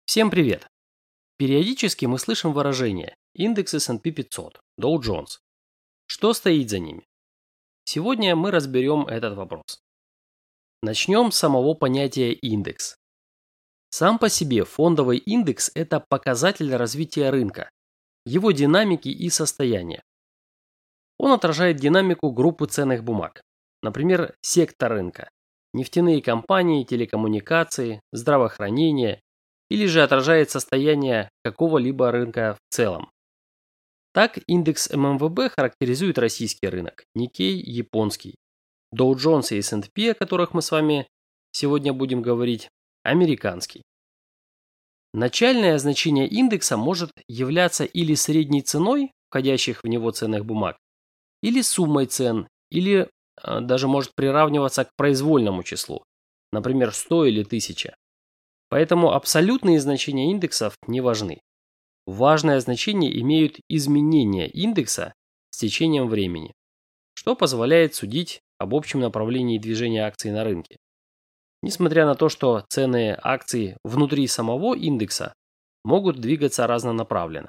Всем привет! Периодически мы слышим выражение индекс S&P 500, Dow Jones. Что стоит за ними? Сегодня мы разберем этот вопрос. Начнем с самого понятия индекс. Сам по себе фондовый индекс – это показатель развития рынка, его динамики и состояния. Он отражает динамику группы ценных бумаг, например, сектор рынка, нефтяные компании, телекоммуникации, здравоохранение, или же отражает состояние какого-либо рынка в целом. Так, индекс ММВБ характеризует российский рынок, Nikkei – японский, Dow Jones и S&P, о которых мы с вами сегодня будем говорить, американский. Начальное значение индекса может являться или средней ценой входящих в него ценных бумаг, или суммой цен, или даже может приравниваться к произвольному числу, например, 100 или 1000. Поэтому абсолютные значения индексов не важны. Важное значение имеют изменения индекса с течением времени, что позволяет судить об общем направлении движения акций на рынке. Несмотря на то, что ценные акции внутри самого индекса могут двигаться разнонаправленно.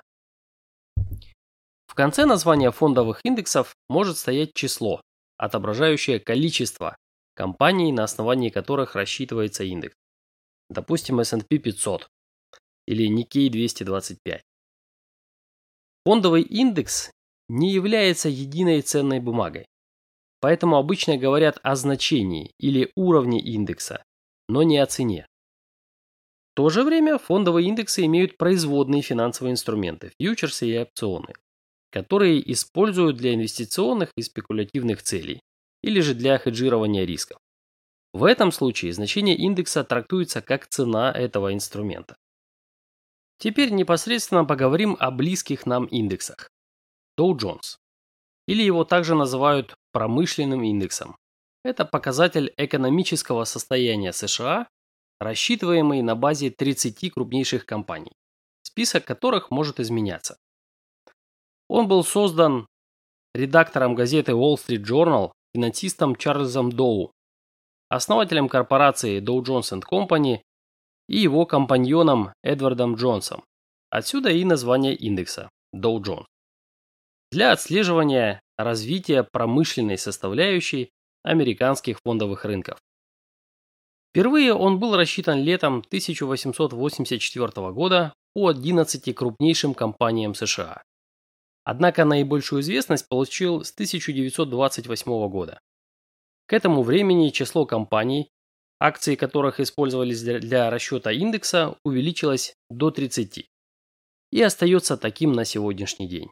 В конце названия фондовых индексов может стоять число, отображающее количество компаний, на основании которых рассчитывается индекс. Допустим, S&P 500 или Nikkei 225. Фондовый индекс не является единой ценной бумагой, поэтому обычно говорят о значении или уровне индекса, но не о цене. В то же время фондовые индексы имеют производные финансовые инструменты, фьючерсы и опционы, которые используют для инвестиционных и спекулятивных целей, или же для хеджирования рисков. В этом случае значение индекса трактуется как цена этого инструмента. Теперь непосредственно поговорим о близких нам индексах. Dow Jones. Или его также называют промышленным индексом. Это показатель экономического состояния США, рассчитываемый на базе 30 крупнейших компаний, список которых может изменяться. Он был создан редактором газеты Wall Street Journal, финансистом Чарльзом Доу, основателем корпорации Dow Jones & Company и его компаньоном Эдвардом Джонсом. Отсюда и название индекса – Dow Jones. Для отслеживания развития промышленной составляющей американских фондовых рынков. Впервые он был рассчитан летом 1884 года по 11 крупнейшим компаниям США. Однако наибольшую известность получил с 1928 года. К этому времени число компаний, акции которых использовались для расчета индекса, увеличилось до 30 и остается таким на сегодняшний день.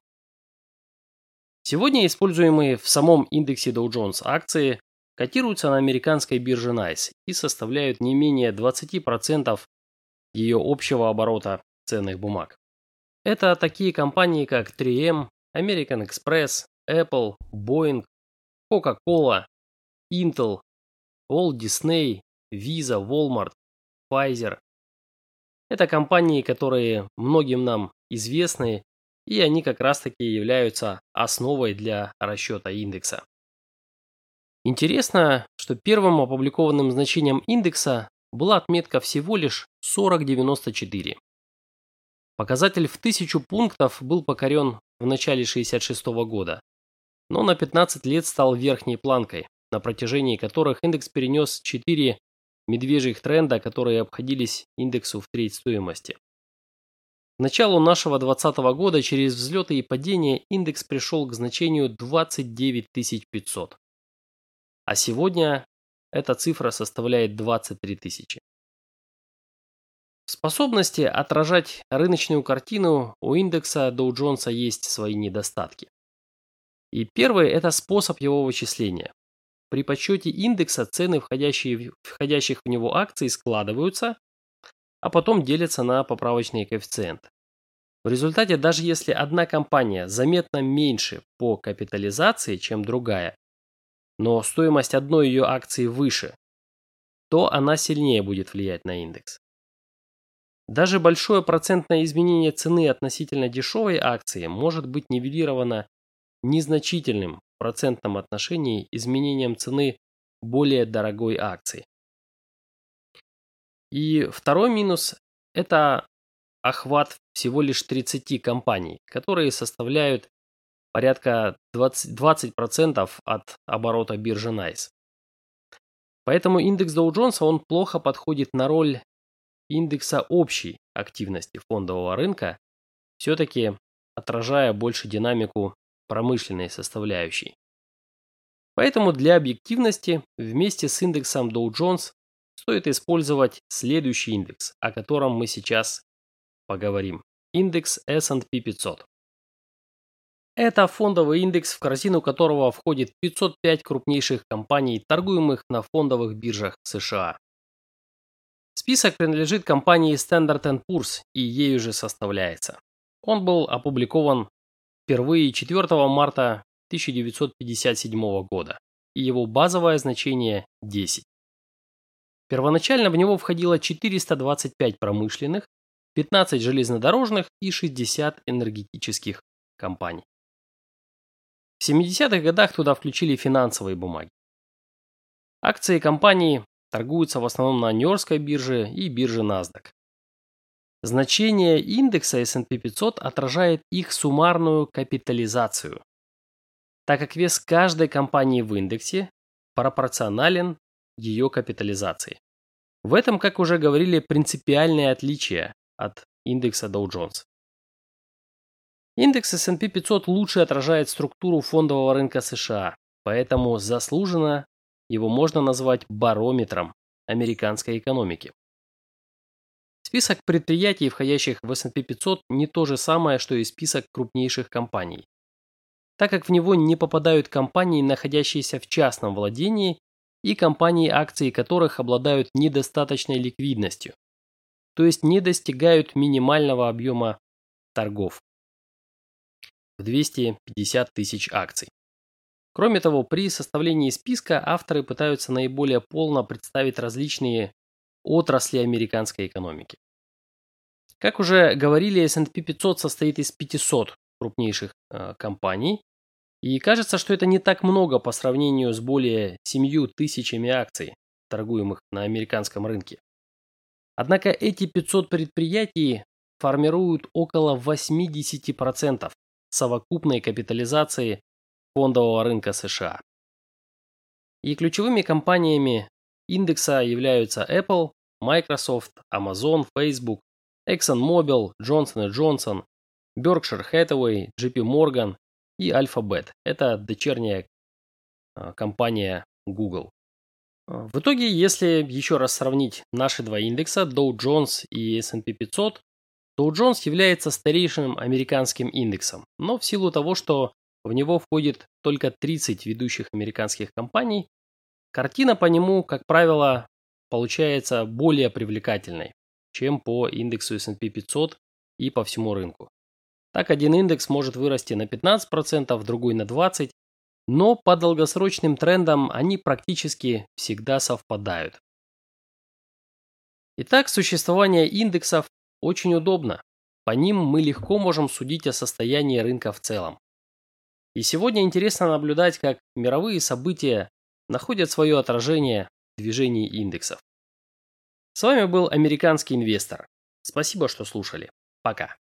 Сегодня используемые в самом индексе Dow Jones акции котируются на американской бирже NYSE и составляют не менее 20% ее общего оборота ценных бумаг. Это такие компании, как 3M, American Express, Apple, Boeing, Coca-Cola, Intel, Walt Disney, Visa, Walmart, Pfizer. Это компании, которые многим нам известны, и они как раз-таки являются основой для расчета индекса. Интересно, что первым опубликованным значением индекса была отметка всего лишь 40,94. Показатель в 1000 пунктов был покорен в начале 1966 года, но на 15 лет стал верхней планкой, на протяжении которых индекс перенес 4 медвежьих тренда, которые обходились индексу в треть стоимости. К началу нашего 2020 года через взлеты и падения индекс пришел к значению 29 500. А сегодня эта цифра составляет 23 000. В способности отражать рыночную картину у индекса Dow Jones есть свои недостатки. И первый – это способ его вычисления. При подсчете индекса цены входящих в него акций складываются, а потом делятся на поправочные коэффициенты. В результате, даже если одна компания заметно меньше по капитализации, чем другая, но стоимость одной ее акции выше, то она сильнее будет влиять на индекс. Даже большое процентное изменение цены относительно дешевой акции может быть нивелировано незначительным в процентном отношении изменением цены более дорогой акции. И второй минус – это охват всего лишь 30 компаний, которые составляют порядка 20% от оборота биржи NYSE. Поэтому индекс Dow Jones он плохо подходит на роль индекса общей активности фондового рынка, все-таки отражая больше динамику промышленной составляющей. Поэтому для объективности вместе с индексом Dow Jones стоит использовать следующий индекс, о котором мы сейчас поговорим. Индекс S&P 500. Это фондовый индекс, в корзину которого входит 505 крупнейших компаний, торгуемых на фондовых биржах США. Список принадлежит компании Standard & Poor's и ею же составляется. Он был опубликован впервые 4 марта 1957 года, и его базовое значение 10. Первоначально в него входило 425 промышленных, 15 железнодорожных и 60 энергетических компаний. В 70-х годах туда включили финансовые бумаги. Акции компании торгуются в основном на Нью-Йоркской бирже и бирже NASDAQ. Значение индекса S&P 500 отражает их суммарную капитализацию, так как вес каждой компании в индексе пропорционален ее капитализации. В этом, как уже говорили, принципиальное отличие от индекса Dow Jones. Индекс S&P 500 лучше отражает структуру фондового рынка США, поэтому заслуженно его можно назвать барометром американской экономики. Список предприятий, входящих в S&P 500, не то же самое, что и список крупнейших компаний, так как в него не попадают компании, находящиеся в частном владении, и компании, акции которых обладают недостаточной ликвидностью, то есть не достигают минимального объема торгов в 250 тысяч акций. Кроме того, при составлении списка авторы пытаются наиболее полно представить различные отрасли американской экономики. Как уже говорили, S&P 500 состоит из 500 крупнейших компаний, и кажется, что это не так много по сравнению с более 7 тысячами акций, торгуемых на американском рынке. Однако эти 500 предприятий формируют около 80% совокупной капитализации фондового рынка США. И ключевыми компаниями индекса являются Apple, Microsoft, Amazon, Facebook, ExxonMobil, Johnson & Johnson, Berkshire Hathaway, JP Morgan и Alphabet. Это дочерняя компания Google. В итоге, если еще раз сравнить наши два индекса, Dow Jones и S&P 500, Dow Jones является старейшим американским индексом, но в силу того, что в него входит только 30 ведущих американских компаний, картина по нему, как правило, получается более привлекательной, чем по индексу S&P 500 и по всему рынку. Так, один индекс может вырасти на 15%, другой на 20%, но по долгосрочным трендам они практически всегда совпадают. Итак, существование индексов очень удобно. По ним мы легко можем судить о состоянии рынка в целом. И сегодня интересно наблюдать, как мировые события находят свое отражение в движении индексов. С вами был американский инвестор. Спасибо, что слушали. Пока.